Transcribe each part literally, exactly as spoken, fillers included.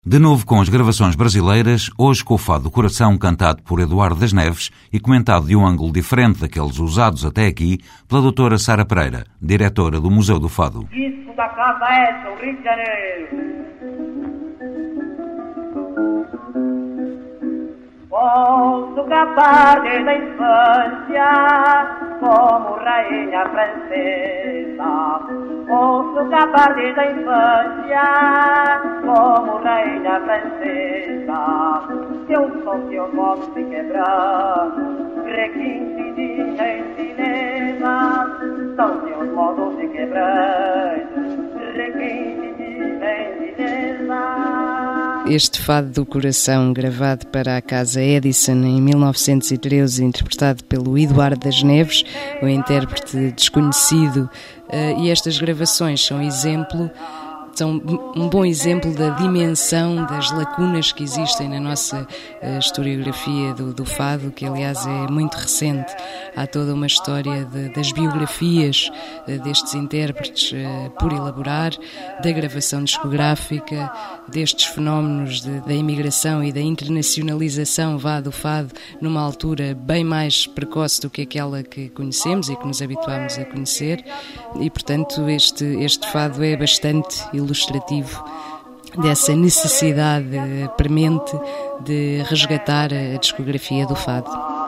De novo com as gravações brasileiras, hoje com o Fado do Coração cantado por Eduardo das Neves e comentado de um ângulo diferente daqueles usados até aqui pela doutora Sara Pereira, diretora do Museu do Fado. Isso da casa é do Rio de Janeiro. Posso gabar desde a infância como rainha francesa. Posso gabar desde a infância como rainha francesa. Seus sons, seus modos se quebrando, requinte de gentileza. São seus modos se quebrando, requinte de gentileza. Este Fado do Coração, gravado para a Casa Edison em mil novecentos e treze, interpretado pelo Eduardo das Neves, o intérprete desconhecido, e estas gravações são exemplo, são um bom exemplo da dimensão das lacunas que existem na nossa historiografia do, do Fado, que aliás é muito recente. Há toda uma história de, das biografias destes intérpretes por elaborar, da gravação discográfica, destes fenómenos de, da imigração e da internacionalização vá do Fado numa altura bem mais precoce do que aquela que conhecemos e que nos habituámos a conhecer, e portanto este, este Fado é bastante ilustrativo dessa necessidade premente de resgatar a discografia do Fado.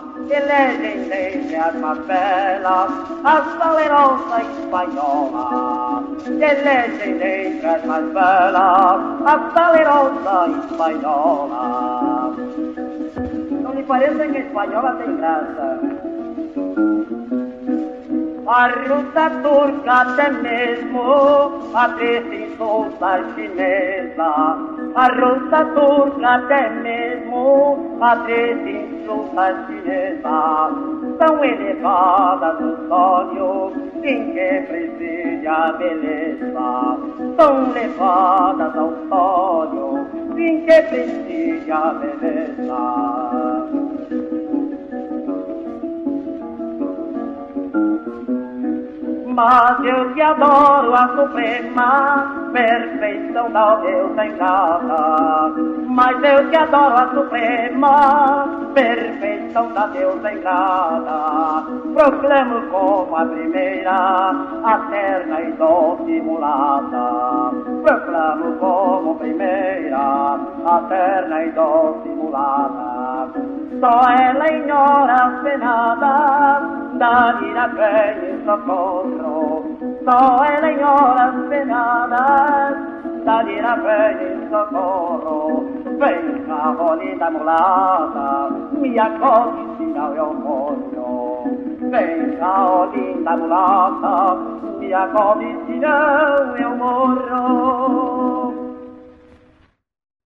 As mais belas, a valerosa espanhola. Elegem entre as mais belas, a valerosa espanhola. Não lhe parece que a espanhola tem graça? A russa turca, até mesmo a presunçosa chinesa. A russa turca, até mesmo a presunçosa chinesa. São elevadas nos olhos em que preside a beleza. São levadas aos olhos em que preside a beleza. Mas eu que adoro a suprema perfeição da deusa ingrata. Mas eu que adoro a suprema perfeição da deusa ingrata. Proclamo como a primeira, a terna e doce mulata. Proclamo como primeira, a terna e doce mulata. Só ela ignora as penadas da ira bem e socorro. Só ela ignora as penadas da ira bem e socorro. Vem cá, ó linda mulata, me acorde senão eu morro. Vem cá, ó linda mulata, me acorde senão eu morro.